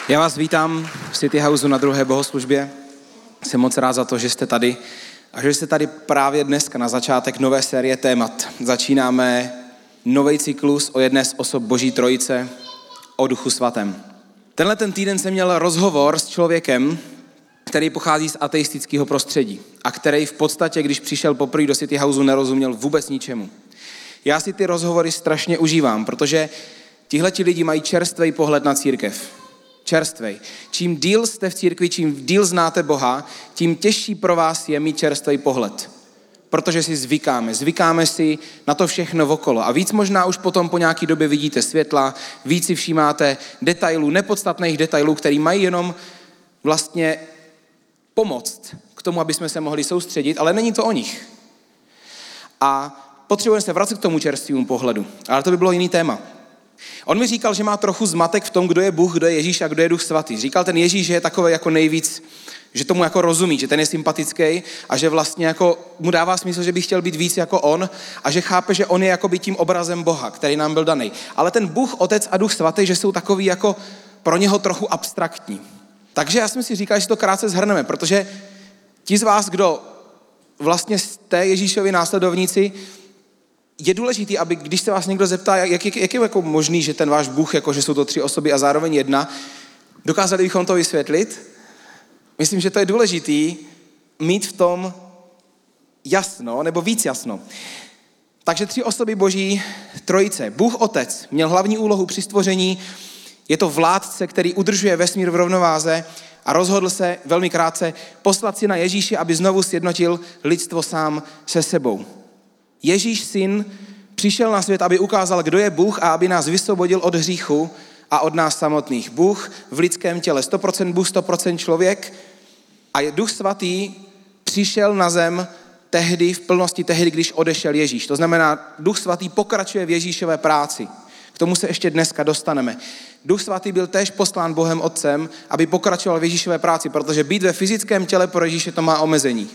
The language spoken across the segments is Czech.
Já vás vítám v City Houseu na druhé bohoslužbě. Jsem moc rád za to, že jste tady a že jste tady právě dneska na začátek nové série témat. Začínáme nový cyklus o jedné z osob Boží trojice, o Duchu svatém. Tenhle týden jsem měl rozhovor s člověkem, který pochází z ateistického prostředí a který v podstatě, když přišel poprvé do City Houseu, nerozuměl vůbec ničemu. Já si ty rozhovory strašně užívám, protože tihleti lidi mají čerstvý pohled na církev. Čerstvej. Čím díl jste v církvi, čím díl znáte Boha, tím těžší pro vás je mít čerstvý pohled. Protože si zvykáme si na to všechno okolo. A víc možná už potom po nějaký době vidíte světla, víc si všímáte detailů, nepodstatných detailů, který mají jenom vlastně pomoct k tomu, aby jsme se mohli soustředit, ale není to o nich. A potřebujeme se vracet k tomu čerstvému pohledu. Ale to by bylo jiný téma. On mi říkal, že má trochu zmatek v tom, kdo je Bůh, kdo je Ježíš a kdo je Duch svatý. Říkal ten Ježíš, že je takový jako nejvíc, že tomu jako rozumí, že ten je sympatický a že vlastně jako mu dává smysl, že by chtěl být víc jako on a že chápe, že on je jako by tím obrazem Boha, který nám byl daný. Ale ten Bůh, Otec a Duch svatý, že jsou takový jako pro něho trochu abstraktní. Takže já jsem si říkal, že si to krátce shrneme, protože ti z vás, kdo vlastně jste Ježíšovi následovníci, je důležitý, aby když se vás někdo zeptá, jak je jako možný, že ten váš Bůh, jako že jsou to 3 osoby a zároveň jedna, dokázali bychom to vysvětlit. Myslím, že to je důležitý mít v tom jasno, nebo víc jasno. Takže 3 osoby Boží trojice. Bůh Otec měl hlavní úlohu při stvoření, je to vládce, který udržuje vesmír v rovnováze a rozhodl se velmi krátce poslat syna Ježíše, aby znovu sjednotil lidstvo sám se sebou. Ježíš syn přišel na svět, aby ukázal, kdo je Bůh a aby nás vysvobodil od hříchu a od nás samotných. Bůh v lidském těle, 100% Bůh, 100% člověk a Duch svatý přišel na zem tehdy, v plnosti tehdy, když odešel Ježíš. To znamená, Duch svatý pokračuje v Ježíšové práci. K tomu se ještě dneska dostaneme. Duch svatý byl též poslán Bohem Otcem, aby pokračoval v Ježíšové práci, protože být ve fyzickém těle pro Ježíše to má omezení.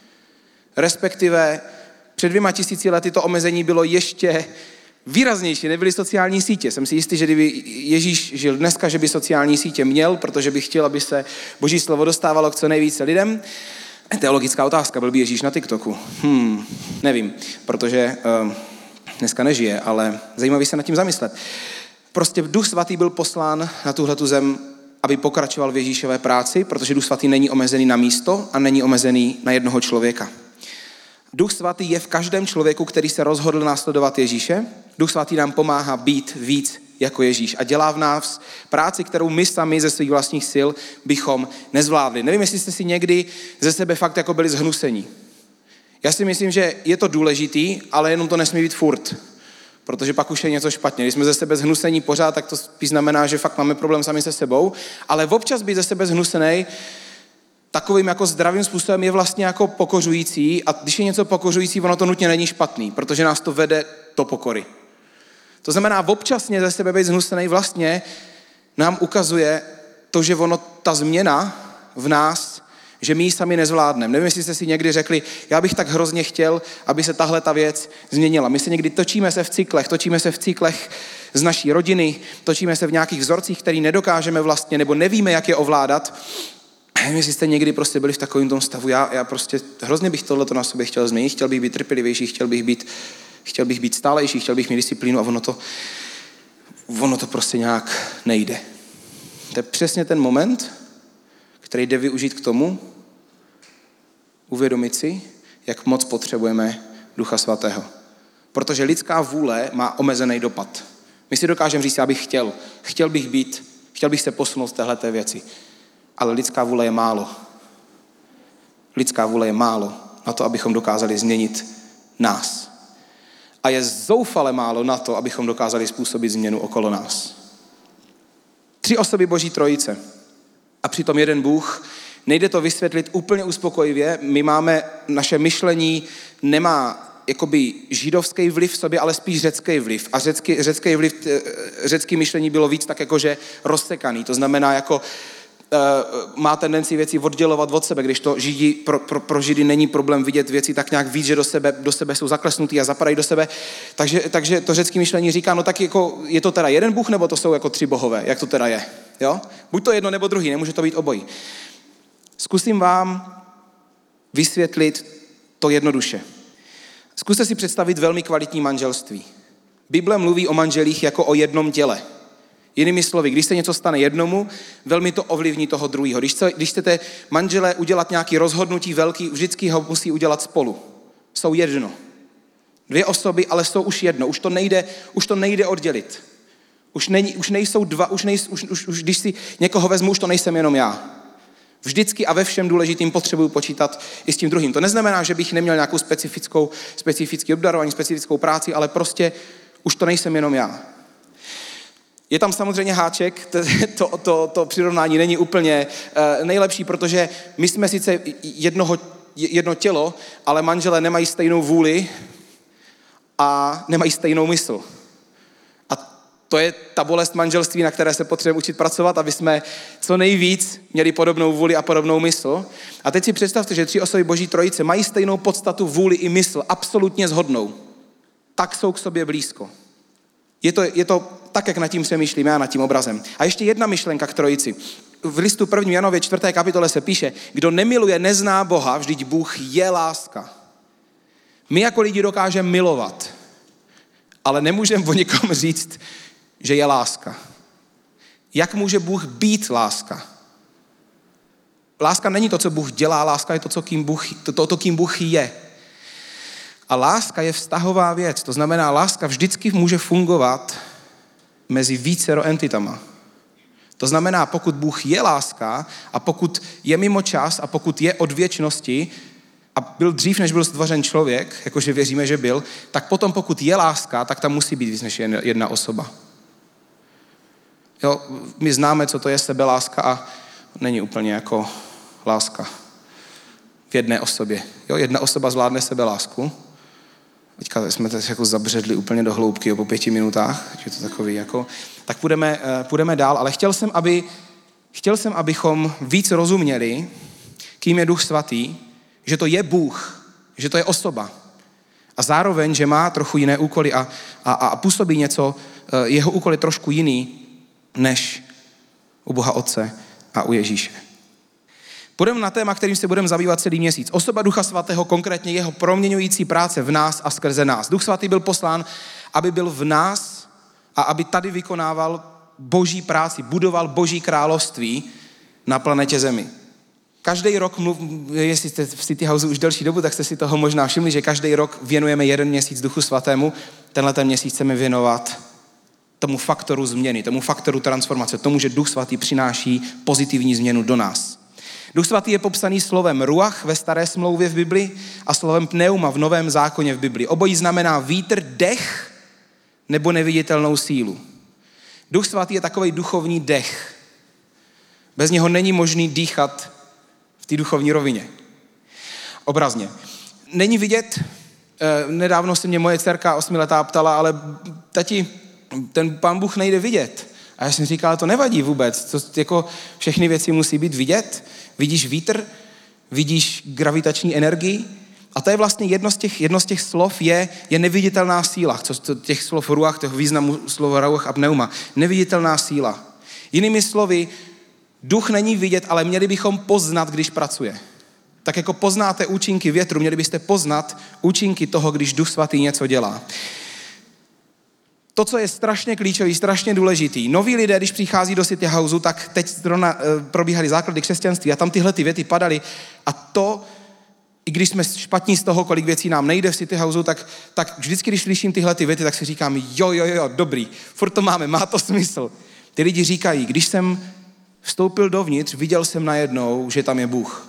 Respektive před 2000 lety to omezení bylo ještě výraznější, nebyly sociální sítě. Jsem si jistý, že kdyby Ježíš žil dneska, že by sociální sítě měl, protože by chtěl, aby se Boží slovo dostávalo k co nejvíce lidem. Teologická otázka, byl by Ježíš na TikToku? Nevím, protože dneska nežije, ale zajímavý se nad tím zamyslet. Prostě Duch svatý byl poslán na tuhletu zem, aby pokračoval v Ježíšové práci, protože Duch svatý není omezený na místo a není omezený na jednoho člověka. Duch svatý je v každém člověku, který se rozhodl následovat Ježíše. Duch svatý nám pomáhá být víc jako Ježíš a dělá v nás práci, kterou my sami ze svých vlastních sil bychom nezvládli. Nevím, jestli jste si někdy ze sebe fakt jako byli zhnusení. Já si myslím, že je to důležitý, ale jenom to nesmí být furt, protože pak už je něco špatně. Když jsme ze sebe zhnusení pořád, tak to spíš znamená, že fakt máme problém sami se sebou, ale občas být ze sebe zhnusený takovým jako zdravým způsobem je vlastně jako pokořující a když je něco pokořující, ono to nutně není špatný, protože nás to vede do pokory. To znamená, občasně ze sebe být zhnusený vlastně nám ukazuje to, že ta změna v nás, že my ji sami nezvládneme. Nevím, jestli jste si někdy řekli, já bych tak hrozně chtěl, aby se tahle ta věc změnila. My se někdy točíme se v cyklech z naší rodiny, točíme se v nějakých vzorcích, který nedokážeme vlastně, nebo nevíme, jak je ovládat. Nevím, jestli jste někdy prostě byli v takovém tom stavu, já prostě hrozně bych tohleto na sobě chtěl změnit, chtěl bych být trpělivější, chtěl bych být stálejší, chtěl bych mít disciplínu a ono to prostě nějak nejde. To je přesně ten moment, který jde využít k tomu, uvědomit si, jak moc potřebujeme Ducha svatého. Protože lidská vůle má omezený dopad. My si dokážeme říct, já bych chtěl bych se posunout v téhleté věci. Ale lidská vůle je málo. Lidská vůle je málo na to, abychom dokázali změnit nás. A je zoufale málo na to, abychom dokázali způsobit změnu okolo nás. 3 osoby Boží trojice. A přitom jeden Bůh. Nejde to vysvětlit úplně uspokojivě. Naše myšlení nemá jakoby židovský vliv v sobě, ale spíš řecký vliv. A řecký myšlení bylo víc tak jakože rozsekaný. To znamená jako má tendenci věci oddělovat od sebe, když to pro Židy není problém vidět věci tak nějak víc, že do sebe jsou zaklesnutý a zapadají do sebe. Takže to řecké myšlení říká, no tak jako je to teda jeden Bůh, nebo to jsou jako 3 bohové? Jak to teda je? Jo? Buď to jedno nebo druhý, nemůže to být obojí. Zkusím vám vysvětlit to jednoduše. Zkuste si představit velmi kvalitní manželství. Bible mluví o manželích jako o jednom těle. Jinými slovy, když se něco stane jednomu, velmi to ovlivní toho druhého. Když chcete manželé udělat nějaké rozhodnutí velký, vždycky ho musí udělat spolu. Jsou jedno. Dvě osoby, ale jsou už jedno. Už to nejde oddělit. Už nejsou dva, už když si někoho vezmu, už to nejsem jenom já. Vždycky a ve všem důležitým potřebuju počítat i s tím druhým. To neznamená, že bych neměl nějakou specifické obdarování, specifickou práci, ale prostě už to nejsem jenom já. Je tam samozřejmě háček, to přirovnání není úplně nejlepší, protože my jsme sice jedno tělo, ale manželé nemají stejnou vůli a nemají stejnou mysl. A to je ta bolest manželství, na které se potřebujeme učit pracovat, aby jsme co nejvíc měli podobnou vůli a podobnou mysl. A teď si představte, že 3 osoby Boží trojice mají stejnou podstatu, vůli i mysl, absolutně shodnou. Tak jsou k sobě blízko. Je to tak, jak nad tím přemýšlím já, nad tím obrazem. A ještě jedna myšlenka k trojici. V listu 1. Janově 4. kapitole se píše, kdo nemiluje, nezná Boha, vždyť Bůh je láska. My jako lidi dokážeme milovat, ale nemůžeme o někom říct, že je láska. Jak může Bůh být láska? Láska není to, co Bůh dělá, láska je to, kým Bůh je. A láska je vztahová věc, to znamená, láska vždycky může fungovat mezi vícero entitama. To znamená, pokud Bůh je láska a pokud je mimo čas a pokud je od věčnosti a byl dřív, než byl stvořen člověk, jakože věříme, že byl, tak potom pokud je láska, tak tam musí být víc než jedna osoba. Jo, my známe, co to je sebeláska a není úplně jako láska v jedné osobě. Jo, jedna osoba zvládne sebelásku. Teďka jsme teď jako zabředli úplně do hloubky po 5 minutách, je to takový jako... Tak půjdeme dál, ale chtěl jsem, abychom víc rozuměli, kým je Duch Svatý, že to je Bůh, že to je osoba. A zároveň, že má trochu jiné úkoly a působí něco, jeho úkol je trošku jiný, než u Boha Otce a u Ježíše. Půjdeme na téma, kterým se budeme zabývat celý měsíc. Osoba Ducha Svatého, konkrétně jeho proměňující práce v nás a skrze nás. Duch Svatý byl poslán, aby byl v nás a aby tady vykonával Boží práci, budoval Boží království na planetě Zemi. Každý rok, jestli jste v City Houseu už delší dobu, tak jste si toho možná všimli, že každý rok věnujeme 1 měsíc Duchu Svatému. Tenhle měsíc chceme věnovat tomu faktoru změny, tomu faktoru transformace, tomu, že Duch Svatý přináší pozitivní změnu do nás. Duch Svatý je popsaný slovem ruach ve staré smlouvě v Bibli a slovem pneuma v Novém zákoně v Bibli. Obojí znamená vítr, dech nebo neviditelnou sílu. Duch Svatý je takovej duchovní dech. Bez něho není možný dýchat v té duchovní rovině. Obrazně. Není vidět, nedávno se mě moje dcerka 8letá ptala, ale tati, ten Pán Bůh nejde vidět. A já jsem říkal, to nevadí vůbec, jako všechny věci musí být vidět. Vidíš vítr, vidíš gravitační energii a to je vlastně jedno z těch slov je neviditelná síla. Co těch slov ruach, toho významu slova ruach a pneuma. Neviditelná síla. Jinými slovy, duch není vidět, ale měli bychom poznat, když pracuje. Tak jako poznáte účinky větru, měli byste poznat účinky toho, když Duch Svatý něco dělá. To, co je strašně klíčový, strašně důležitý. Noví lidé, když přichází do City Houseu, tak teď zrovna probíhaly základy křesťanství a tam tyhle ty věty padaly. A to, i když jsme špatní z toho, kolik věcí nám nejde v City Houseu, tak vždycky, když slyším tyhle ty věty, tak si říkám, jo, dobrý, furt to máme, má to smysl. Ty lidi říkají, když jsem vstoupil dovnitř, viděl jsem najednou, že tam je Bůh.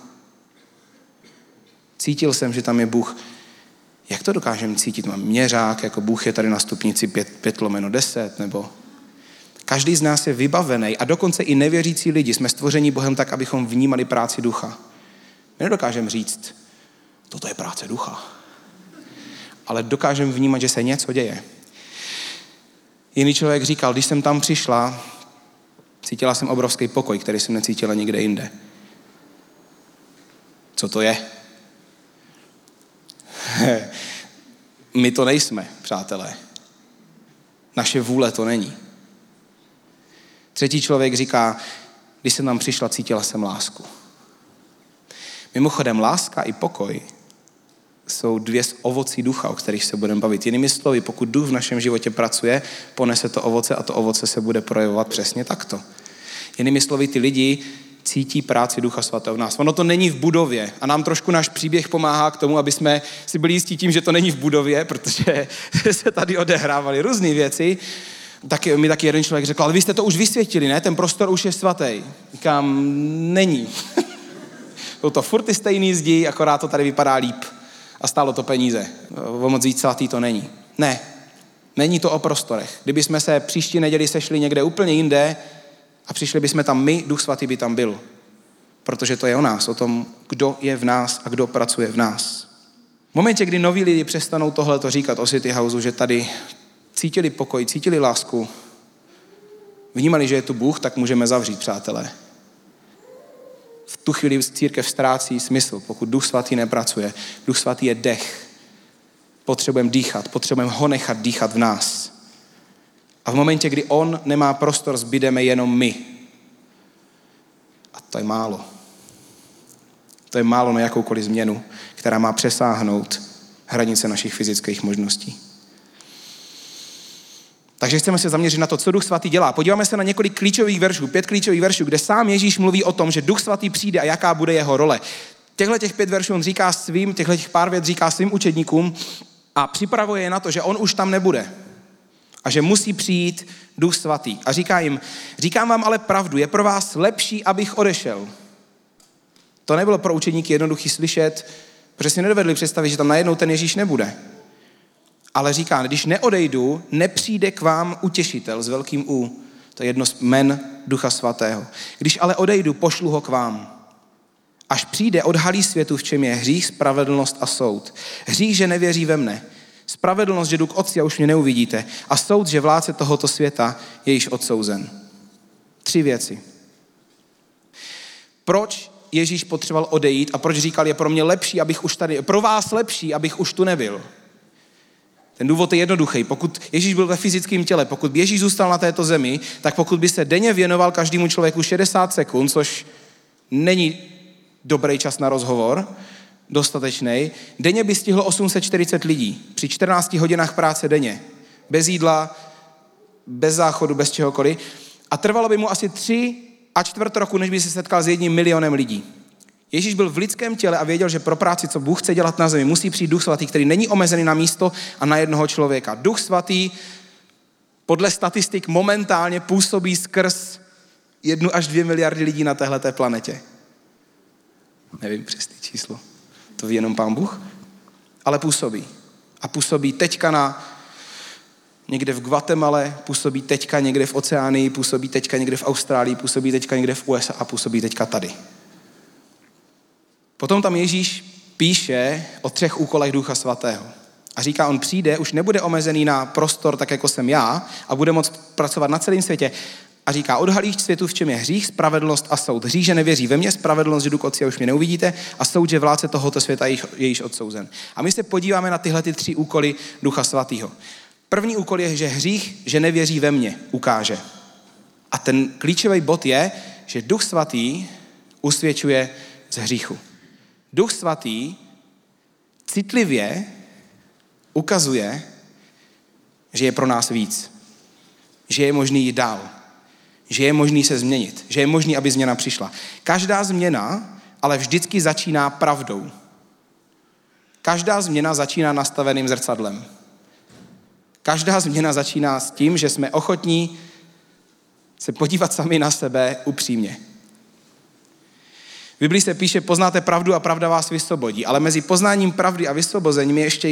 Cítil jsem, že tam je Bůh. Jak to dokážeme cítit? Mám měřák, jako Bůh je tady na stupnici 5/10, nebo... Každý z nás je vybavený a dokonce i nevěřící lidi jsme stvoření Bohem tak, abychom vnímali práci ducha. My nedokážeme říct, toto je práce ducha. Ale dokážeme vnímat, že se něco děje. Jiný člověk říkal, když jsem tam přišla, cítila jsem obrovský pokoj, který jsem necítila nikde jinde. Co to je? My to nejsme, přátelé. Naše vůle to není. Třetí člověk říká, když jsem tam přišla, cítila jsem lásku. Mimochodem, láska i pokoj jsou dvě z ovocí ducha, o kterých se budeme bavit. Jinými slovy, pokud duch v našem životě pracuje, ponese to ovoce a to ovoce se bude projevovat přesně takto. Jinými slovy, ty lidi cítí práci Ducha Svatého v nás. Ono to není v budově a nám trošku náš příběh pomáhá k tomu, aby jsme si byli jistí tím, že to není v budově, protože se tady odehrávaly různé věci. Mi taky jeden člověk řekl, ale vy jste to už vysvětili, ne? Ten prostor už je svatý. Říkám, není. Jsou to furt ty stejný zdi, akorát to tady vypadá líp. A stálo to peníze. O moc víc svatý to není. Ne, není to o prostorech. Kdyby jsme se příští neděli sešli někde úplně jinde a přišli bychom tam my, Duch Svatý by tam byl. Protože to je o nás, o tom, kdo je v nás a kdo pracuje v nás. V momentě, kdy noví lidi přestanou tohleto říkat o City Houseu, že tady cítili pokoj, cítili lásku, vnímali, že je tu Bůh, tak můžeme zavřít, přátelé. V tu chvíli církev ztrácí smysl, pokud Duch Svatý nepracuje. Duch Svatý je dech. Potřebujeme dýchat, potřebujeme ho nechat dýchat v nás. A v momentě, kdy on nemá prostor, zbydeme jenom my. A to je málo. To je málo na jakoukoliv změnu, která má přesáhnout hranice našich fyzických možností. Takže chceme se zaměřit na to, co Duch Svatý dělá. Podíváme se na několik klíčových veršů, 5 klíčových veršů, kde sám Ježíš mluví o tom, že Duch Svatý přijde a jaká bude jeho role. Těch 5 veršů on říká těch pár vět říká svým učedníkům a připravuje je na to, že on už tam nebude a že musí přijít Duch Svatý. A říká jim, říkám vám ale pravdu, je pro vás lepší, abych odešel. To nebylo pro učedníky jednoduchý slyšet, protože si nedovedli představit, že tam najednou ten Ježíš nebude. Ale říká, když neodejdu, nepřijde k vám utěšitel s velkým U. To je jedno z jmen Ducha Svatého. Když ale odejdu, pošlu ho k vám. Až přijde, odhalí světu, v čem je hřích, spravedlnost a soud. Hřích, že nevěří ve mne. Spravedlnost, že jdu k Otci a už mě neuvidíte. A soud, že vládce tohoto světa je již odsouzen. 3 věci. Proč Ježíš potřeboval odejít a proč říkal, je pro mě lepší, abych už tady, pro vás lepší, abych už tu nebyl. Ten důvod je jednoduchý. Pokud Ježíš byl ve fyzickém těle, pokud by Ježíš zůstal na této zemi, tak pokud by se denně věnoval každému člověku 60 sekund, což není dobrý čas na rozhovor, dostatečný, denně by stihlo 840 lidí při 14 hodinách práce denně. Bez jídla, bez záchodu, bez čehokoliv. A trvalo by mu asi 3,25 roku, než by se setkal s 1 milionem lidí. Ježíš byl v lidském těle a věděl, že pro práci, co Bůh chce dělat na zemi, musí přijít Duch Svatý, který není omezený na místo a na jednoho člověka. Duch Svatý podle statistik momentálně působí skrz 1 až 2 miliardy lidí na téhleté planetě. Nevím přesný číslo, to ví jenom Pán Bůh, ale působí. A působí teďka někde v Guatemale, působí teďka někde v Oceánii, působí teďka někde v Austrálii, působí teďka někde v USA a působí teďka tady. Potom tam Ježíš píše o 3 úkolech Ducha Svatého. A říká, on přijde, už nebude omezený na prostor, tak jako jsem já, a bude moct pracovat na celém světě. A říká, odhalíš světu, v čem je hřích, spravedlnost a soud. Hřích, že nevěří ve mě, spravedlnost, že jdu k Otci a už mě neuvidíte, a soud, že vládce tohoto světa je již odsouzen. A my se podíváme na tyhle 3 úkoly Ducha Svatého. První úkol je, že hřích, že nevěří ve mě, ukáže. A ten klíčový bod je, že Duch Svatý usvědčuje z hříchu. Duch Svatý citlivě ukazuje, že je pro nás víc. Že je možný jít dál. Že je možný se změnit. Že je možný, aby změna přišla. Každá změna ale vždycky začíná pravdou. Každá změna začíná nastaveným zrcadlem. Každá změna začíná s tím, že jsme ochotní se podívat sami na sebe upřímně. V Biblii se píše, poznáte pravdu a pravda vás vysvobodí, ale mezi poznáním pravdy a vysvobozením je ještě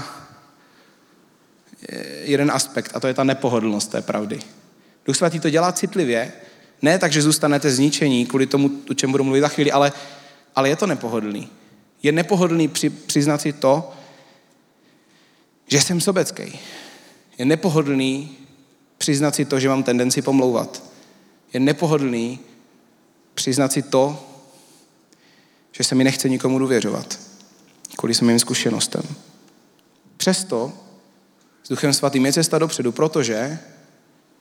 jeden aspekt, a to je ta nepohodlnost té pravdy. Duch Svatý to dělá citlivě, ne tak, že zůstanete zničení kvůli tomu, o čem budu mluvit za chvíli, ale je to nepohodlný. Je nepohodlný přiznat si to, že jsem sobecký. Je nepohodlný přiznat si to, že mám tendenci pomlouvat. Je nepohodlný přiznat si to, že se mi nechce nikomu důvěřovat, kvůli mým zkušenostem. Přesto s Duchem Svatým je cesta dopředu, protože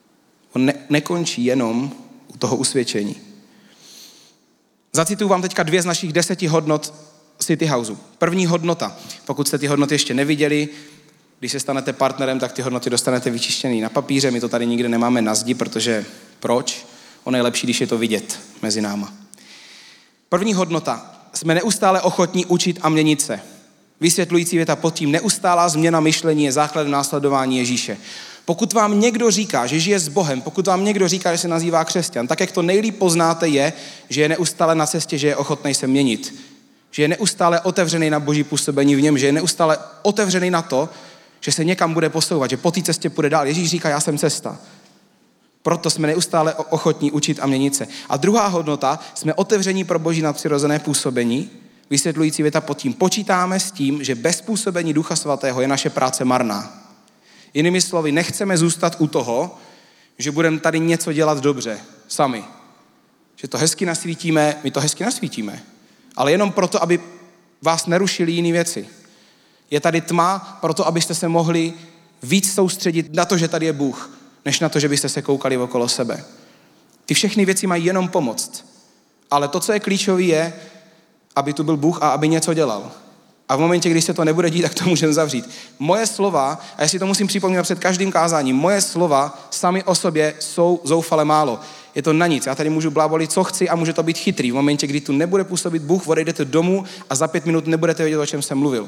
On nekončí jenom u toho usvědčení. Zacituju vám teďka 2 z našich 10 hodnot City Houseu. První hodnota, pokud jste ty hodnoty ještě neviděli, když se stanete partnerem, tak ty hodnoty dostanete vyčištěný na papíře, my to tady nikde nemáme na zdi, protože proč? Ono je lepší, když je to vidět mezi náma. První hodnota, jsme neustále ochotní učit a měnit se. Vysvětlující věta pod tím, neustálá změna myšlení je základem následování Ježíše. Pokud vám někdo říká, že žije s Bohem, pokud vám někdo říká, že se nazývá křesťan, tak jak to nejlíp poznáte je, že je neustále na cestě, že je ochotný se měnit. Že je neustále otevřený na Boží působení v něm, že je neustále otevřený na to, že se někam bude posouvat, že po té cestě půjde dál. Ježíš říká, já jsem cesta. Proto jsme neustále ochotní učit a měnit se. A druhá hodnota, jsme otevření pro Boží nadpřirozené působení, vysvětlující věta pod tím, počítáme s tím, že bez působení Ducha Svatého je naše práce marná. Jinými slovy, nechceme zůstat u toho, že budeme tady něco dělat dobře, sami. Že to hezky nasvítíme, my to hezky nasvítíme, ale jenom proto, aby vás nerušily jiné věci. Je tady tma proto, abyste se mohli víc soustředit na to, že tady je Bůh, než na to, že byste se koukali okolo sebe. Ty všechny věci mají jenom pomoct. Ale to, co je klíčové, je, aby tu byl Bůh a aby něco dělal. A v momentě, když se to nebude dít, tak to můžeme zavřít. Moje slova, a jestli to musím připomínat před každým kázáním, moje slova sami o sobě jsou zoufale málo. Je to na nic. Já tady můžu blábolit, co chci a může to být chytrý. V momentě, kdy tu nebude působit Bůh, odejdete domů a za 5 minut nebudete vědět, o čem jsem mluvil.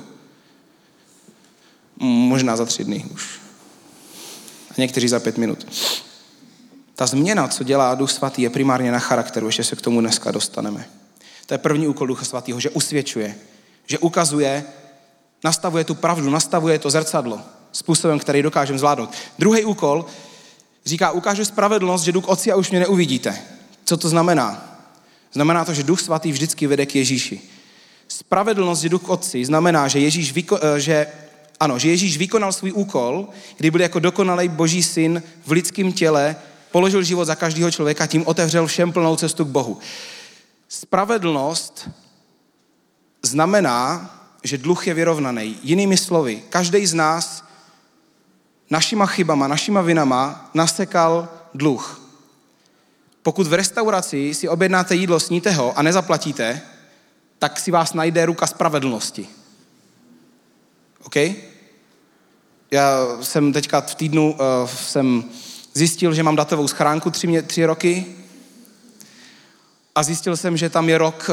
Možná za 3 dny už. A někteří za 5 minut. Ta změna, co dělá Duch Svatý, je primárně na charakteru. Ještě se k tomu dneska dostaneme. To je první úkol Ducha Svatého, že usvědčuje, že ukazuje, nastavuje tu pravdu, nastavuje to zrcadlo způsobem, který dokážeme zvládnout. Druhý úkol říká, ukážu spravedlnost, že jdu k Otci a už mě neuvidíte. Co to znamená? Znamená to, že Duch Svatý vždycky vede k Ježíši. Spravedlnost, že jdu k Otci, znamená, že Ježíš vykonal svůj úkol, kdy byl jako dokonalý Boží syn v lidském těle, položil život za každého člověka, tím otevřel všem plnou cestu k Bohu. Spravedlnost znamená, že dluh je vyrovnaný. Jinými slovy, každý z nás našima chybama, našima vinama nasekal dluh. Pokud v restauraci si objednáte jídlo, sníte ho a nezaplatíte, tak si vás najde ruka spravedlnosti. OK? Já jsem teďka v týdnu jsem zjistil, že mám datovou schránku 3 roky a zjistil jsem, že tam je rok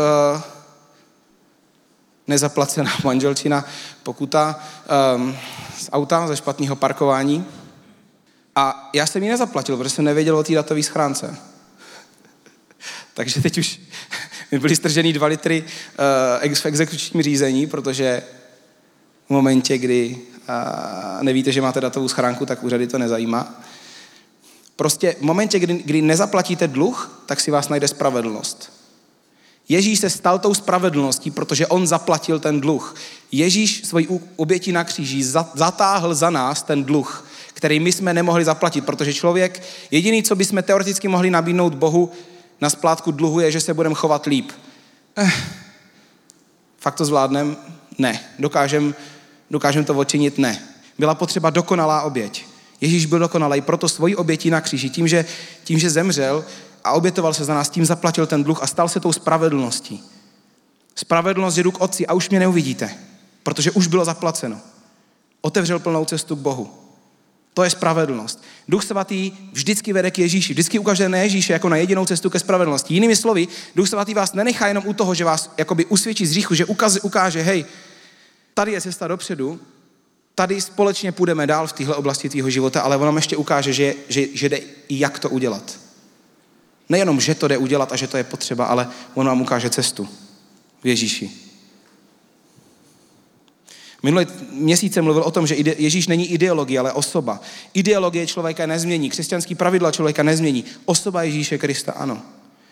nezaplacená manželčina, pokuta z auta, ze špatného parkování. A já jsem ji nezaplatil, protože jsem nevěděl o té datové schránce. Takže teď už mi byly stržený 2 litry v exekučním řízení, protože v momentě, kdy nevíte, že máte datovou schránku, tak úřady to nezajímá. Prostě v momentě, kdy nezaplatíte dluh, tak si vás najde spravedlnost. Ježíš se stal tou spravedlností, protože on zaplatil ten dluh. Ježíš svojí obětí na kříži zatáhl za nás ten dluh, který my jsme nemohli zaplatit, protože člověk, jediný, co bychom teoreticky mohli nabídnout Bohu na splátku dluhu, je, že se budeme chovat líp. Fakt to zvládnem? Ne. Dokážem to odčinit? Ne. Byla potřeba dokonalá oběť. Ježíš byl dokonalý, proto svojí obětí na kříži, tím, že zemřel a obětoval se za nás, tím zaplatil ten dluh a stal se tou spravedlností. Spravedlnost, že jdu k Otci a už mě neuvidíte, protože už bylo zaplaceno. Otevřel plnou cestu k Bohu. To je spravedlnost. Duch Svatý vždycky vede k Ježíši, vždycky ukazuje na Ježíše jako na jedinou cestu ke spravedlnosti. Jinými slovy, Duch Svatý vás nenechá jenom u toho, že vás jakoby usvědčí z hříchu, že ukáže, hej, tady je cesta dopředu, tady společně půjdeme dál v téhle oblasti tvýho života, ale on nám ještě ukáže, že jde i jak to udělat. Nejenom, že to jde udělat a že to je potřeba, ale on vám ukáže cestu v Ježíši. Minulý měsíc jsem mluvil o tom, že Ježíš není ideologie, ale osoba. Ideologie člověka nezmění, křesťanský pravidla člověka nezmění. Osoba Ježíše Krista, ano.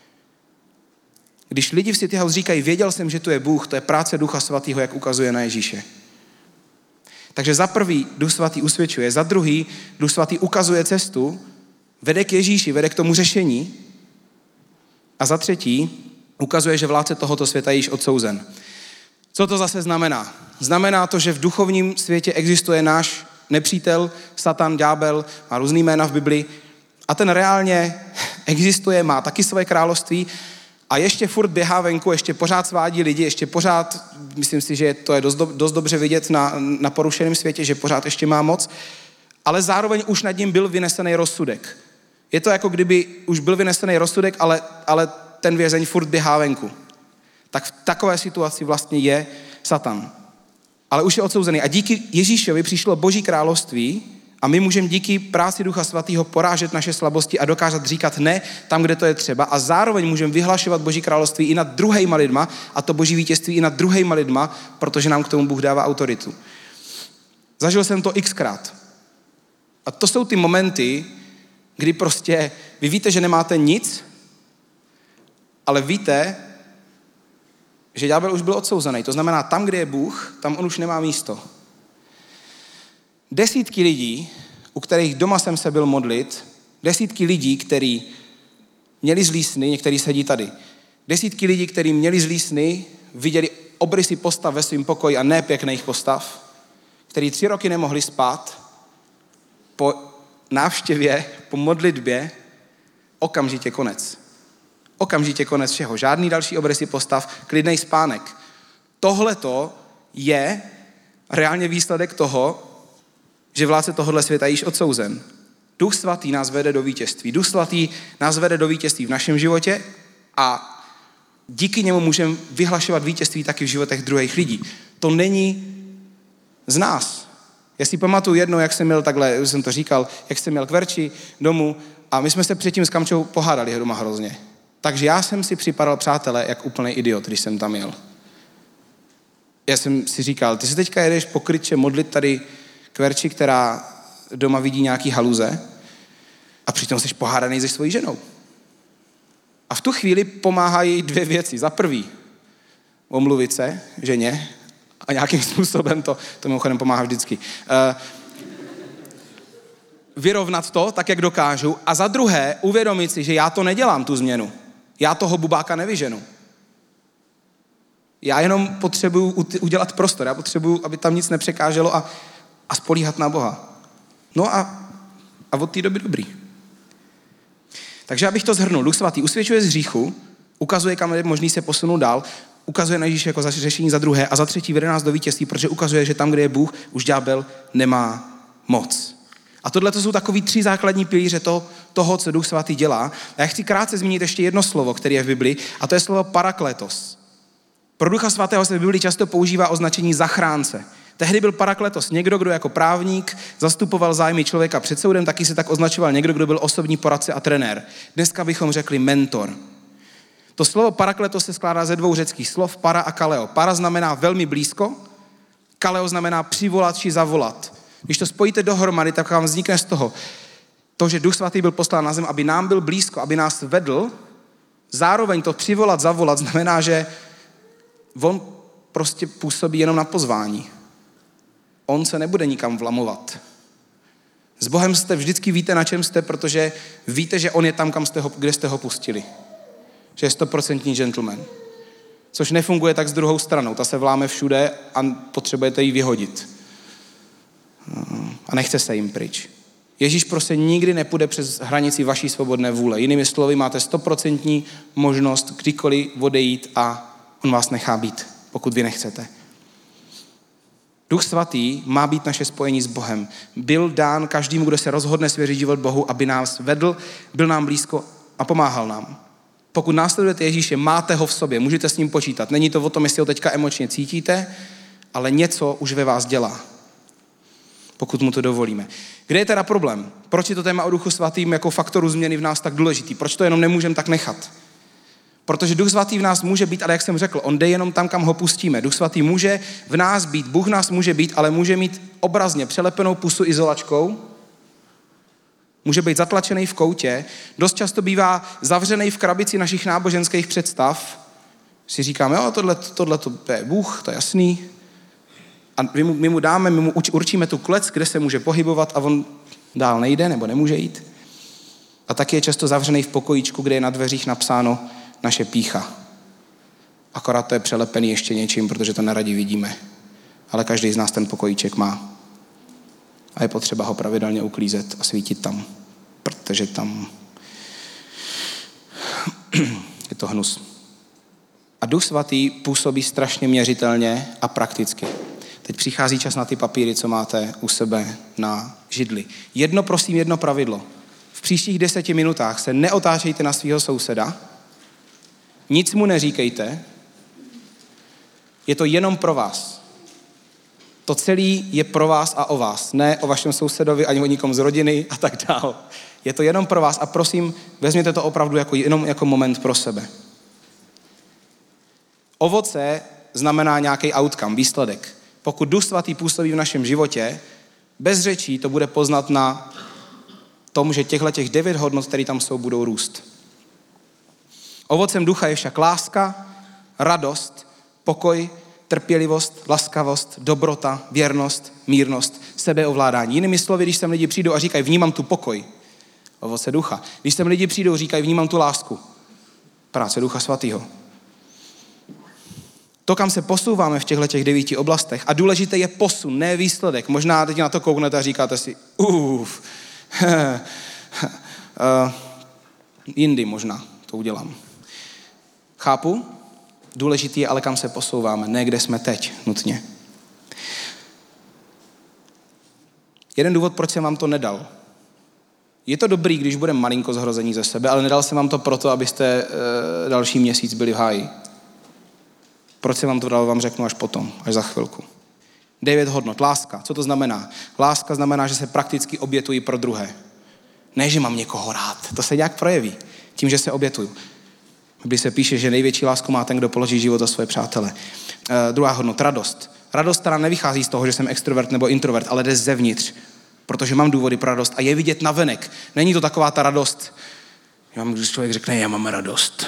Když lidi v City House říkají, věděl jsem, že tu je Bůh, to je práce Ducha Svatého, jak ukazuje na Ježíše. Takže za prvý Duch Svatý usvědčuje, za druhý Duch Svatý ukazuje cestu, vede k Ježíši, vede k tomu řešení a za třetí ukazuje, že vládce tohoto světa je již odsouzen. Co to zase znamená? Znamená to, že v duchovním světě existuje náš nepřítel, Satan, ďábel, má různý jména v Biblii a ten reálně existuje, má taky svoje království a ještě furt běhá venku, ještě pořád svádí lidi, ještě pořád, myslím si, že to je dost dobře vidět na porušeném světě, že pořád ještě má moc, ale zároveň už nad ním byl vynesený rozsudek. Je to jako kdyby už byl vynesený rozsudek, ale ten vězeň furt běhá venku. Tak v takové situaci vlastně je Satan. Ale už je odsouzený. A díky Ježíšovi přišlo Boží království a my můžeme díky práci Ducha Svatého porážet naše slabosti a dokázat říkat ne tam, kde to je třeba a zároveň můžeme vyhlašovat Boží království i nad druhejma lidma a to Boží vítězství i nad druhejma lidma, protože nám k tomu Bůh dává autoritu. Zažil jsem to xkrát. A to jsou ty momenty, kdy prostě vy víte, že nemáte nic, ale víte, že ďábel už byl odsouzený. To znamená, tam, kde je Bůh, tam on už nemá místo. Desítky lidí, u kterých doma jsem se byl modlit, desítky lidí, kteří měli zlý sny, někteří sedí tady, desítky lidí, kteří měli zlý sny, viděli obrysy postav ve svém pokoji a ne pěkných postav, kteří 3 roky nemohli spát, po návštěvě, po modlitbě, okamžitě konec. Okamžitě konec všeho. Žádný další obrysy postav, klidnej spánek. Tohleto je reálně výsledek toho, že vládce tohohle světa je již odsouzen. Duch Svatý nás vede do vítězství. Duch Svatý nás vede do vítězství v našem životě a díky němu můžeme vyhlašovat vítězství taky v životech druhých lidí. To není z nás. Já si pamatuju jednou, jak jsem měl takhle, už jsem to říkal, jak jsem měl k Verči domů a my jsme se předtím s Kamčou pohádali doma hrozně. Takže já jsem si připadal, přátelé, jak úplný idiot, když jsem tam jel. Já jsem si říkal, ty si teďka jedeš pokrytče modlit tady k Verči, která doma vidí nějaký haluze a přitom jsi pohádaný se svojí ženou. A v tu chvíli pomáhají 2 věci. Za prvý, omluvit se ženě a nějakým způsobem to mimochodem pomáhá vždycky. Vyrovnat to, tak jak dokážu. A za druhé, uvědomit si, že já to nedělám, tu změnu. Já toho bubáka nevyženu. Já jenom potřebuju udělat prostor. Já potřebuju, aby tam nic nepřekáželo a spolíhat na Boha. No a od té doby dobrý. Takže abych to shrnul. Duch Svatý usvědčuje z hříchu, ukazuje, kam je možný se posunout dál, ukazuje na Ježíše jako řešení za druhé a za třetí vede nás do vítězství, protože ukazuje, že tam, kde je Bůh, už ďábel nemá moc. A tohle to jsou takový 3 základní pilíře toho, co Duch Svatý dělá. A já chci krátce zmínit ještě jedno slovo, které je v Biblii, a to je slovo parakletos. Pro Ducha Svatého se v Biblii často používá označení zachránce. Tehdy byl parakletos někdo, kdo jako právník zastupoval zájmy člověka před soudem, taky se tak označoval někdo, kdo byl osobní poradce a trenér. Dneska bychom řekli mentor. To slovo parakletos se skládá ze 2 řeckých slov, para a kaleo. Para znamená velmi blízko, kaleo znamená přivolat či zavolat. Když to spojíte dohromady, tak vám vznikne z toho to, že Duch Svatý byl poslán na zem, aby nám byl blízko, aby nás vedl. Zároveň to přivolat, zavolat znamená, že on prostě působí jenom na pozvání. On se nebude nikam vlamovat. S Bohem jste vždycky víte, na čem jste, protože víte, že on je tam, kde jste ho pustili. Že je 100% gentleman. Což nefunguje tak s druhou stranou. Ta se vláme všude a potřebujete ji vyhodit. A nechte se jim pryč. Ježíš prostě nikdy nepůjde přes hranici vaší svobodné vůle. Jinými slovy, máte 100% možnost kdykoliv odejít a on vás nechá být, pokud vy nechcete. Duch Svatý má být naše spojení s Bohem. Byl dán každému, kdo se rozhodne svěřit život Bohu, aby nás vedl, byl nám blízko a pomáhal nám. Pokud následujete Ježíše, máte ho v sobě, můžete s ním počítat. Není to o tom, jestli ho teďka emočně cítíte, ale něco už ve vás dělá. Pokud mu to dovolíme. Kde je teda problém? Proč je to téma o Duchu Svatým jako faktoru změny v nás tak důležitý? Proč to jenom nemůžeme tak nechat? Protože Duch Svatý v nás může být, ale jak jsem řekl, on jde jenom tam, kam ho pustíme. Duch Svatý může v nás být, Bůh nás může být, ale může mít obrazně přelepenou pusu izolačkou, může být zatlačený v koutě, dost často bývá zavřený v krabici našich náboženských představ. Si říkáme, jo, tohle to je Bůh, to je jasný. A my mu určíme tu klec, kde se může pohybovat a on dál nejde nebo nemůže jít. A taky je často zavřený v pokojíčku, kde je na dveřích napsáno naše pýcha. Akorát to je přelepený ještě něčím, protože to neradi vidíme. Ale každý z nás ten pokojíček má. A je potřeba ho pravidelně uklízet a svítit tam prd. protože tam je to hnus. A Duch Svatý působí strašně měřitelně a prakticky. Teď přichází čas na ty papíry, co máte u sebe na židli. Jedno pravidlo. V příštích 10 minutách se neotáčejte na svého souseda, nic mu neříkejte, je to jenom pro vás. To celé je pro vás a o vás, ne o vašem sousedovi, ani o nikom z rodiny a tak dál. Je to jenom pro vás a prosím, vezměte to opravdu jenom jako moment pro sebe. Ovoce znamená nějaký outcome, výsledek. Pokud Duch Svatý působí v našem životě, bez řečí to bude poznat na tom, že těch 9 hodnot, které tam jsou, budou růst. Ovocem ducha je však láska, radost, pokoj, trpělivost, laskavost, dobrota, věrnost, mírnost, sebeovládání. Jinými slovy, když sem lidi přijdou a říkají, vnímám tu pokoj, ovoce ducha. Když sem lidi přijdou a říkají, vnímám tu lásku, práce Ducha Svatého. To, kam se posouváme v těchto 9 oblastech, a důležité je posun, ne výsledek. Možná teď na to kouknete a říkáte si, jindy možná to udělám. Chápu? Důležitý je ale kam se posouváme, ne kde jsme teď nutně. Jeden důvod, proč jsem vám to nedal. Je to dobrý, když budeme malinko zhrození ze sebe, ale nedal jsem vám to proto, abyste další měsíc byli v háji. Proč jsem vám to dal, vám řeknu až potom, až za chvilku. 9 hodnot. Láska. Co to znamená? Láska znamená, že se prakticky obětuji pro druhé. Ne, že mám někoho rád. To se nějak projeví. Tím, že se obětuju. V Biblii se píše, že největší lásku má ten, kdo položí život za svoje přátele. Druhá hodnota, radost. Radost, která nevychází z toho, že jsem extrovert nebo introvert, ale jde zevnitř. Protože mám důvody pro radost a je vidět navenek. Není to taková ta radost, když člověk řekne, já mám radost.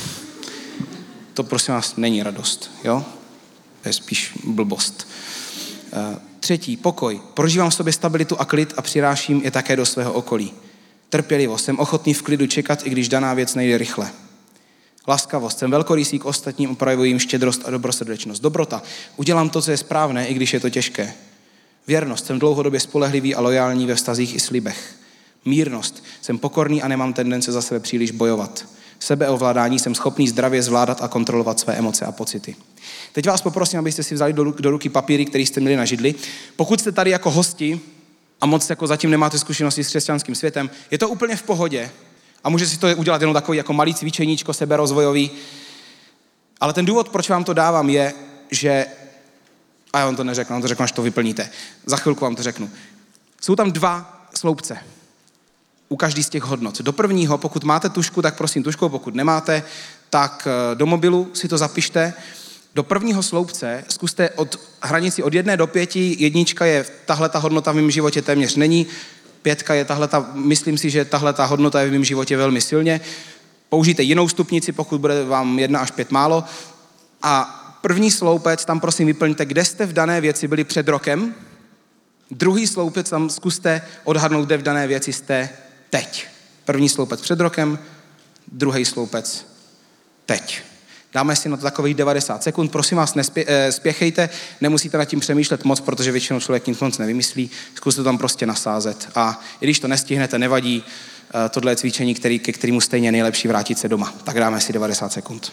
To prosím vás není radost, jo? To je spíš blbost. Třetí, pokoj. Prožívám v sobě stabilitu a klid a přiráším je také do svého okolí. Trpělivost. Jsem ochotný v klidu čekat, i když daná věc nejde rychle. Laskavost. Jsem velkorysý k ostatním, projevuji jim štědrost a dobrosrdečnost. Dobrota. Udělám to, co je správné, i když je to těžké. Věrnost. Jsem dlouhodobě spolehlivý a lojální ve vztazích i slibech. Mírnost. Jsem pokorný a nemám tendence za sebe příliš bojovat. Sebeovládání. Jsem schopný zdravě zvládat a kontrolovat své emoce a pocity. Teď vás poprosím, abyste si vzali do ruky papíry, které jste měli na židli. Pokud jste tady jako hosti a moc jako zatím nemáte zkušenosti s křesťanským světem, je to úplně v pohodě a můžete si to udělat jenom takový jako malý cvičeníčko seberozvojový. Ale ten důvod, proč vám to dávám, je, že a já vám to neřeknu, vám to řeknu, až to vyplníte. Za chvilku vám to řeknu. Jsou tam 2 sloupce u každý z těch hodnot. Do prvního, pokud máte tužku, tak prosím tužkou, pokud nemáte, tak do mobilu si to zapište. Do prvního sloupce zkuste od hranici od 1 do 5, 1 je tahleta hodnota v mém životě téměř není, 5 je tahleta, myslím si, že tahleta hodnota je v mém životě velmi silně. Použijte jinou stupnici, pokud bude vám 1 až 5 málo. A první sloupec, tam prosím vyplňte, kde jste v dané věci byli před rokem. Druhý sloupec, tam zkuste odhadnout, kde v dané věci jste teď. První sloupec před rokem, druhý sloupec teď. Dáme si na to takových 90 sekund. Prosím vás, spěchejte, nemusíte nad tím přemýšlet moc, protože většinou člověk nic moc nevymyslí. Zkuste to tam prostě nasázet. A i když to nestihnete, nevadí. Tohle je cvičení, ke kterému stejně nejlepší vrátit se doma. Tak dáme si 90 sekund.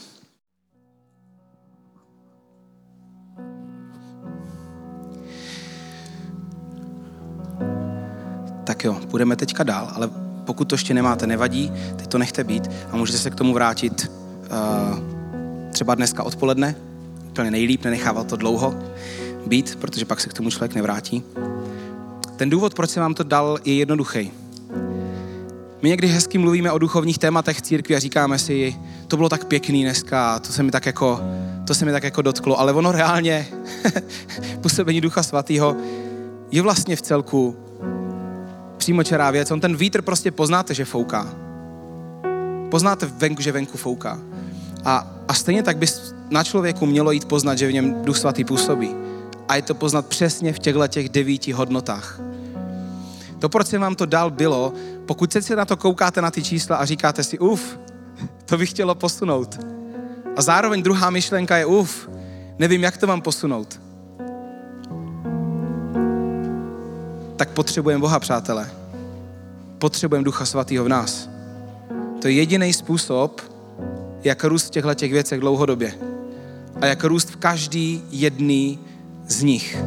Tak jo, půjdeme teďka dál, ale pokud to ještě nemáte, nevadí, teď to nechte být a můžete se k tomu vrátit třeba dneska odpoledne, úplně nejlíp, nenechávat to dlouho být, protože pak se k tomu člověk nevrátí. Ten důvod, proč jsem vám to dal, je jednoduchý. My někdy hezky mluvíme o duchovních tématech církvi a říkáme si, to bylo tak pěkný dneska, to se mi tak jako dotklo, ale ono reálně, působení Ducha Svatého je vlastně v celku přímočará věc. On ten vítr prostě poznáte, že fouká. Poznáte že venku fouká. A stejně tak by na člověku mělo jít poznat, že v něm Duch Svatý působí. A je to poznat přesně v těchto 9 hodnotách. To, proč jsem vám to dal, bylo, pokud se na to koukáte na ty čísla a říkáte si, to bych chtělo posunout. A zároveň druhá myšlenka je, nevím, jak to mám posunout. Tak potřebujeme Boha, přátelé. Potřebujeme Ducha Svatého v nás. To je jediný způsob, jak růst v těchto věcech dlouhodobě. A jak růst v každý jedný z nich.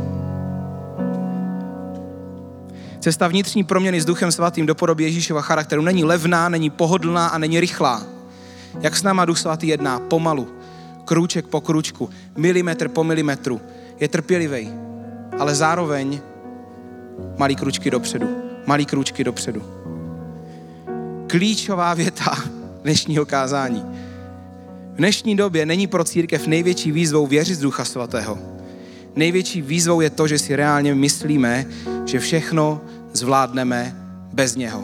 Cesta vnitřní proměny s Duchem Svatým do podoby Ježíšova charakteru není levná, není pohodlná a není rychlá. Jak s náma Duch Svatý jedná? Pomalu, krůček po krůčku, milimetr po milimetru. Je trpělivý, ale zároveň malý krůčky dopředu. Klíčová věta dnešního kázání. V dnešní době není pro církev největší výzvou věřit z Ducha Svatého. Největší výzvou je to, že si reálně myslíme, že všechno zvládneme bez něho.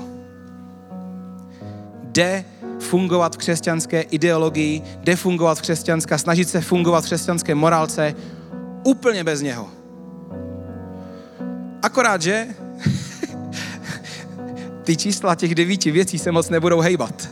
Jde fungovat v křesťanské ideologii, jde fungovat snažit se fungovat v křesťanské morálce úplně bez něho. Akorát, že ty čísla těch 9 věcí se moc nebudou hejbat.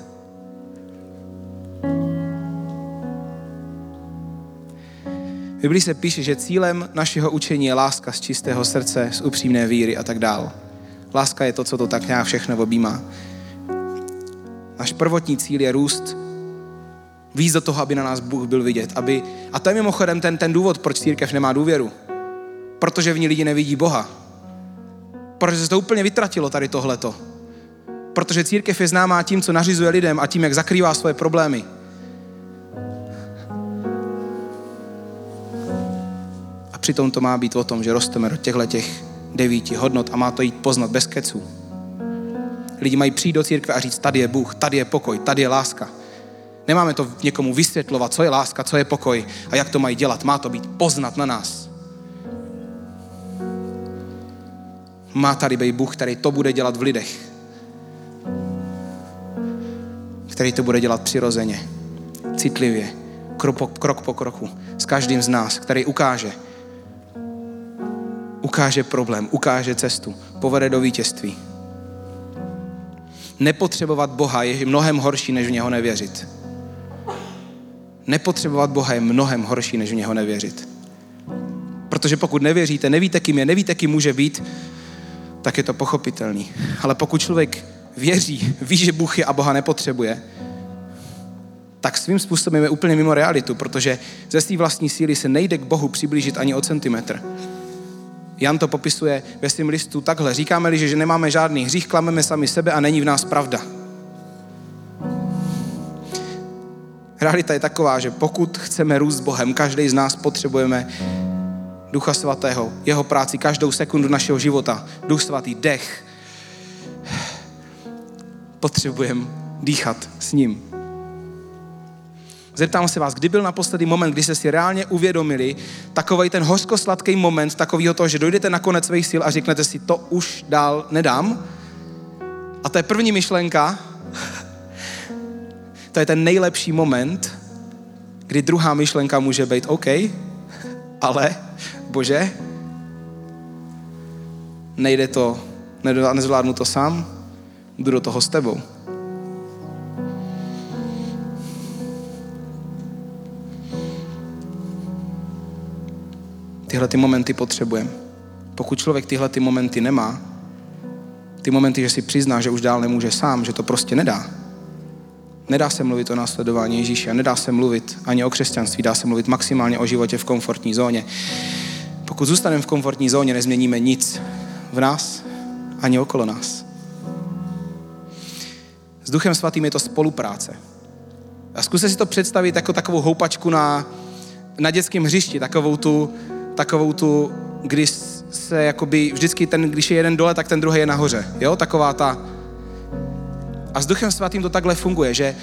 V Biblii se píše, že cílem našeho učení je láska z čistého srdce, z upřímné víry a tak dál. Láska je to, co to tak nějak všechno objímá. Náš prvotní cíl je růst víc do toho, aby na nás Bůh byl vidět. A to je mimochodem ten důvod, proč církev nemá důvěru. Protože v ní lidi nevidí Boha. Protože se to úplně vytratilo tady tohleto. Protože církev je známá tím, co nařizuje lidem a tím, jak zakrývá svoje problémy. A přitom to má být o tom, že rosteme do těchto 9 hodnot a má to jít poznat bez keců. Lidi mají přijít do církve a říct, tady je Bůh, tady je pokoj, tady je láska. Nemáme to někomu vysvětlovat, co je láska, co je pokoj a jak to mají dělat. Má to být poznat na nás. Má tady být Bůh, který to bude dělat v lidech. Který to bude dělat přirozeně, citlivě, krok po kroku, s každým z nás, který ukáže problém, ukáže cestu, povede do vítězství. Nepotřebovat Boha je mnohem horší, než v něho nevěřit. Nepotřebovat Boha je mnohem horší, než v něho nevěřit. Protože pokud nevěříte, nevíte, kým je, nevíte, kým může být, tak je to pochopitelný. Ale pokud člověk věří, ví, že Bůh je a Boha nepotřebuje, tak svým způsobem je úplně mimo realitu, protože ze své vlastní síly se nejde k Bohu přiblížit ani o centimetr. Jan to popisuje ve svém listu takhle. Říkáme-li, že nemáme žádný hřích, klameme sami sebe a není v nás pravda. Realita je taková, že pokud chceme růst s Bohem, každý z nás potřebujeme Ducha Svatého, jeho práci každou sekundu našeho života. Duch Svatý, dech. Potřebujeme dýchat s ním. Zeptám se vás, kdy byl naposledy moment, kdy jste si reálně uvědomili takovej ten hořkosladký moment, takovýho toho, že dojdete na konec svých sil a řeknete si, to už dál nedám. A to je první myšlenka. To je ten nejlepší moment, kdy druhá myšlenka může být OK, ale Bože, nejde to, nezvládnu to sám, jdu do toho s tebou. Tyhle ty momenty potřebujeme. Pokud člověk tyhle ty momenty nemá, ty momenty, že si přizná, že už dál nemůže sám, že to prostě nedá. Nedá se mluvit o následování Ježíše a nedá se mluvit ani o křesťanství, dá se mluvit maximálně o životě v komfortní zóně. Pokud zůstaneme v komfortní zóně, nezměníme nic v nás ani okolo nás. S Duchem Svatým je to spolupráce. A zkuste si to představit jako takovou houpačku na dětském hřišti, takovou tu, když se jakoby vždycky když je jeden dole, tak ten druhý je nahoře. Jo? Taková ta. A s Duchem Svatým to takhle funguje, že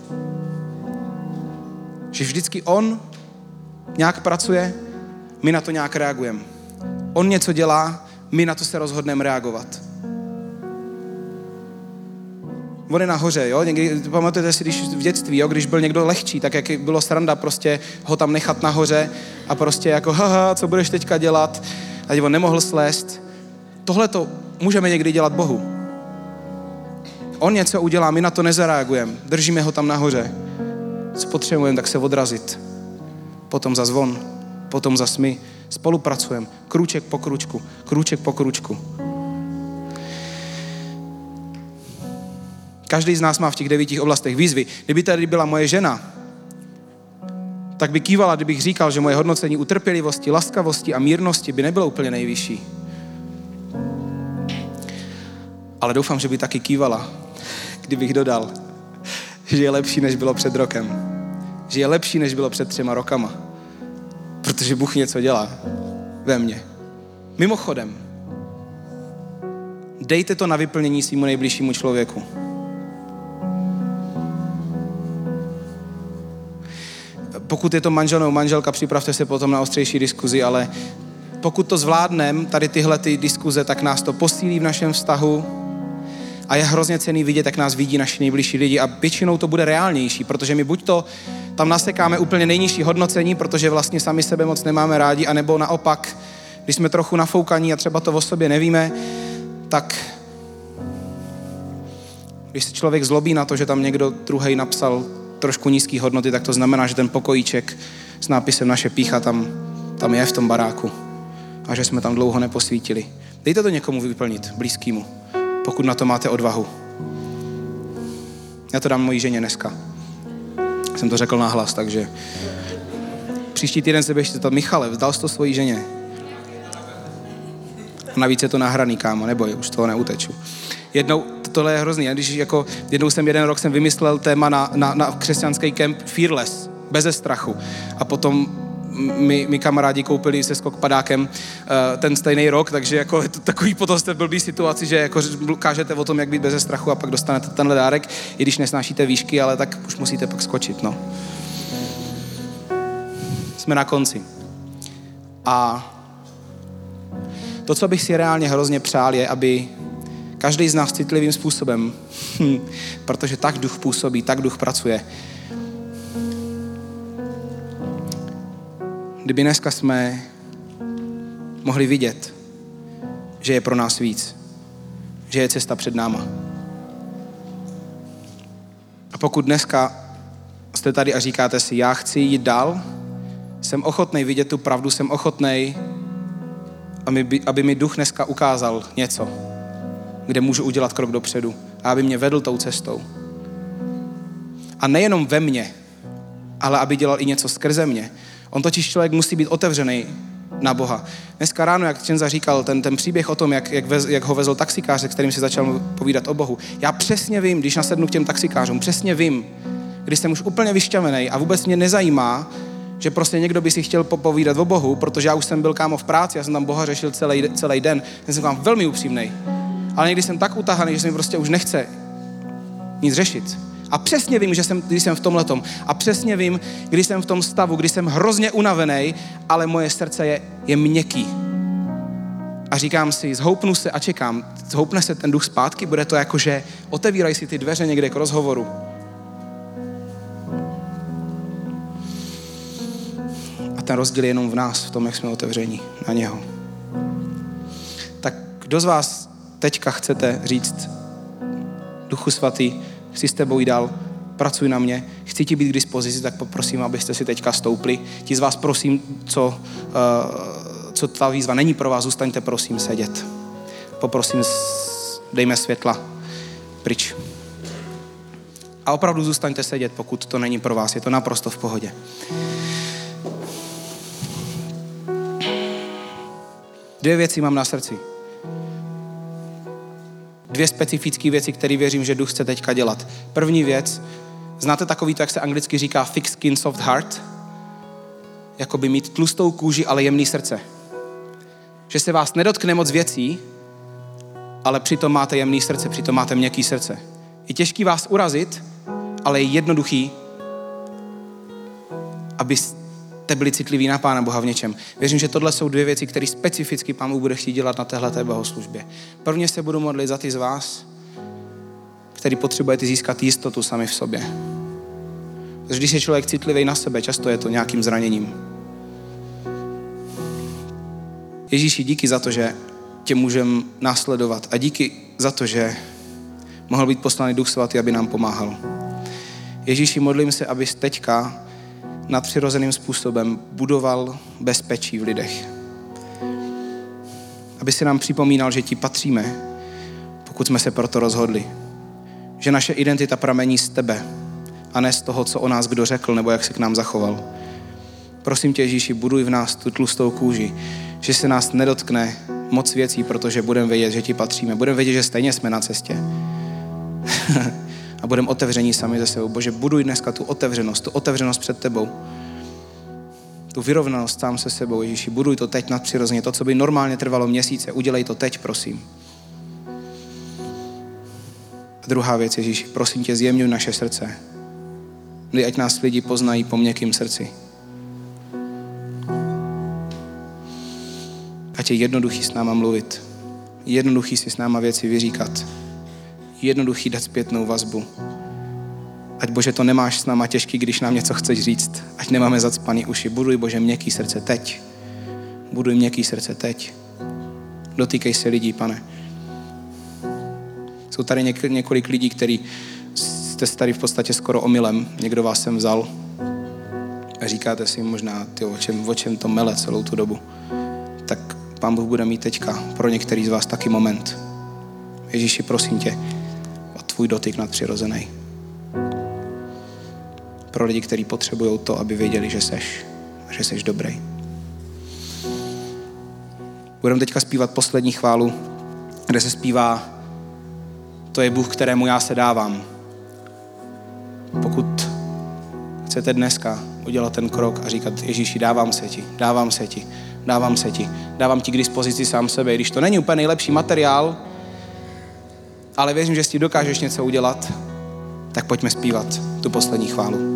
vždycky on nějak pracuje, my na to nějak reagujeme. On něco dělá, my na to se rozhodneme reagovat. On je nahoře, jo? Někdy, pamatujete si, když v dětství, jo? Když byl někdo lehčí, tak jak bylo sranda prostě ho tam nechat nahoře a prostě jako haha, co budeš teďka dělat? A on nemohl slézt. Tohle to můžeme někdy dělat Bohu. On něco udělá, my na to nezareagujeme. Držíme ho tam nahoře. Co potřebujeme, tak se odrazit. Potom za zvon, potom za my. Spolupracujeme. Krůček po krůčku. Každý z nás má v těch 9 oblastech výzvy. Kdyby tady byla moje žena, tak by kývala, kdybych říkal, že moje hodnocení utrpělivosti, laskavosti a mírnosti by nebylo úplně nejvyšší. Ale doufám, že by taky kývala, kdybych dodal, že je lepší, než bylo před rokem. Že je lepší, než bylo před 3 rokama. Protože Bůh něco dělá ve mně. Mimochodem, dejte to na vyplnění svýmu nejbližšímu člověku. Pokud je to manžel nebo manželka, připravte se potom na ostřejší diskuzi, ale pokud to zvládneme, tady tyhle ty diskuze, tak nás to posílí v našem vztahu a je hrozně cenný vidět, jak nás vidí naši nejbližší lidi a většinou to bude reálnější, protože my buď to tam nasekáme úplně nejnižší hodnocení, protože vlastně sami sebe moc nemáme rádi, anebo naopak, když jsme trochu nafoukaní a třeba to o sobě nevíme, tak když se člověk zlobí na to, že tam někdo druhej napsal trošku nízký hodnoty, tak to znamená, že ten pokojíček s nápisem naše pýcha tam je v tom baráku a že jsme tam dlouho neposvítili. Dejte to někomu vyplnit, blízkému, pokud na to máte odvahu. Já to dám mojí ženě dneska. Jsem to řekl nahlas, takže příští týden se běžte to, Michale, vzdal jsi to svojí ženě. A navíc je to nahraný, kámo, neboj, už toho neuteču. Tohle je hrozný, jednou jeden rok jsem vymyslel téma na křesťanský kemp Fearless, beze strachu. A potom mi kamarádi koupili se skokpadákem ten stejný rok, takže jako je to takový potom jste v blbý situaci, že jako kážete o tom, jak být beze strachu a pak dostanete tenhle dárek, i když nesnášíte výšky, ale tak už musíte pak skočit, no. Jsme na konci. A to, co bych si reálně hrozně přál, je, aby každý z nás citlivým způsobem, protože tak duch působí, tak duch pracuje. Kdyby dneska jsme mohli vidět, že je pro nás víc, že je cesta před náma. A pokud dneska jste tady a říkáte si, já chci jít dál, jsem ochotnej vidět tu pravdu, jsem ochotnej, aby mi duch dneska ukázal něco, kde můžu udělat krok dopředu a aby mě vedl tou cestou. A nejenom ve mně, ale aby dělal i něco skrze mě. On totiž člověk musí být otevřený na Boha. Dneska ráno, jak Čenza říkal, ten příběh o tom, jak ho vezl taxikář, se kterým si začal povídat o Bohu. Já přesně vím, když nasednu k těm taxikářům, přesně vím, když jsem už úplně vyšťavený a vůbec mě nezajímá, že prostě někdo by si chtěl povídat o Bohu, protože já už jsem byl, kámo, v práci, já jsem tam Boha řešil celý den. Já jsem vám velmi upřímnej. Ale někdy jsem tak utahaný, že se mi prostě už nechce nic řešit. A přesně vím, když jsem v tomhletom. A přesně vím, když jsem v tom stavu, když jsem hrozně unavený, ale moje srdce je měkký. A říkám si, zhoupnu se a čekám. Zhoupne se ten duch zpátky, bude to jako, že otevírají si ty dveře někde k rozhovoru. A ten rozdíl je jenom v nás, v tom, jak jsme otevření na něho. Tak kdo z vás teďka chcete říct, Duchu svatý, chci s tebou jít dál, pracuj na mě, chci ti být k dispozici, tak poprosím, abyste si teďka stoupli. Ti z vás prosím, co ta výzva není pro vás, zůstaňte prosím sedět. Poprosím, dejme světla pryč. A opravdu zůstaňte sedět, pokud to není pro vás, je to naprosto v pohodě. Dvě věci mám na srdci. Dvě specifické věci, které věřím, že Duch chce teďka dělat. První věc, znáte takový to, jak se anglicky říká thick skin, soft heart? Jakoby mít tlustou kůži, ale jemný srdce. Že se vás nedotkne moc věcí, ale přitom máte jemný srdce, přitom máte měkký srdce. Je těžký vás urazit, ale je jednoduchý, abyste byli citliví na Pána Boha v něčem. Věřím, že tohle jsou dvě věci, které specificky Pán Bůh bude chtít dělat na téhleté bohoslužbě. Prvně se budu modlit za ty z vás, který potřebujete získat jistotu sami v sobě. Protože když je člověk citlivý na sebe, často je to nějakým zraněním. Ježíši, díky za to, že tě můžeme následovat a díky za to, že mohl být poslaný Duch Svatý, aby nám pomáhal. Ježíši, modlím se, abys teďka nadpřirozeným způsobem budoval bezpečí v lidech. Aby si nám připomínal, že ti patříme, pokud jsme se proto rozhodli. že naše identita pramení z tebe a ne z toho, co o nás kdo řekl nebo jak se k nám zachoval. Prosím tě, Ježíši, buduj v nás tu tlustou kůži, že se nás nedotkne moc věcí, protože budeme vědět, že ti patříme. Budeme vědět, že stejně jsme na cestě. A budeme otevření sami ze sebou. Bože, buduj dneska tu otevřenost před tebou. Tu vyrovnanost sám se sebou, Ježíši. Buduj to teď nadpřirozeně. To, co by normálně trvalo měsíce, udělej to teď, prosím. A druhá věc, Ježíši, prosím tě, zjemňuj naše srdce. Dej, ať nás lidi poznají po měkkým srdci. Ať je jednoduchý s náma mluvit. Jednoduchý si s náma věci vyříkat. Jednoduchý dát zpětnou vazbu. Ať, Bože, to nemáš s náma těžký, když nám něco chceš říct. Ať nemáme zacpaný uši. Buduj, Bože, měkký srdce teď. Buduj měkký srdce teď. Dotýkej se lidí, Pane. Jsou tady několik lidí, kteří jste tady v podstatě skoro omylem. Někdo vás sem vzal a říkáte si možná, o čem to mele celou tu dobu. Tak Pán Bůh bude mít teďka pro některý z vás taky moment. Ježíši, prosím tě o tvůj dotyk nadpřirozený. Pro lidi, kteří potřebují to, aby věděli, že seš dobrý. Budeme teďka zpívat poslední chválu, kde se zpívá: to je Bůh, kterému já se dávám. Pokud chcete dneska udělat ten krok a říkat: Ježíši, dávám ti k dispozici sám sebe, když to není úplně nejlepší materiál, ale věřím, že s tím dokážeš něco udělat, tak pojďme zpívat tu poslední chválu.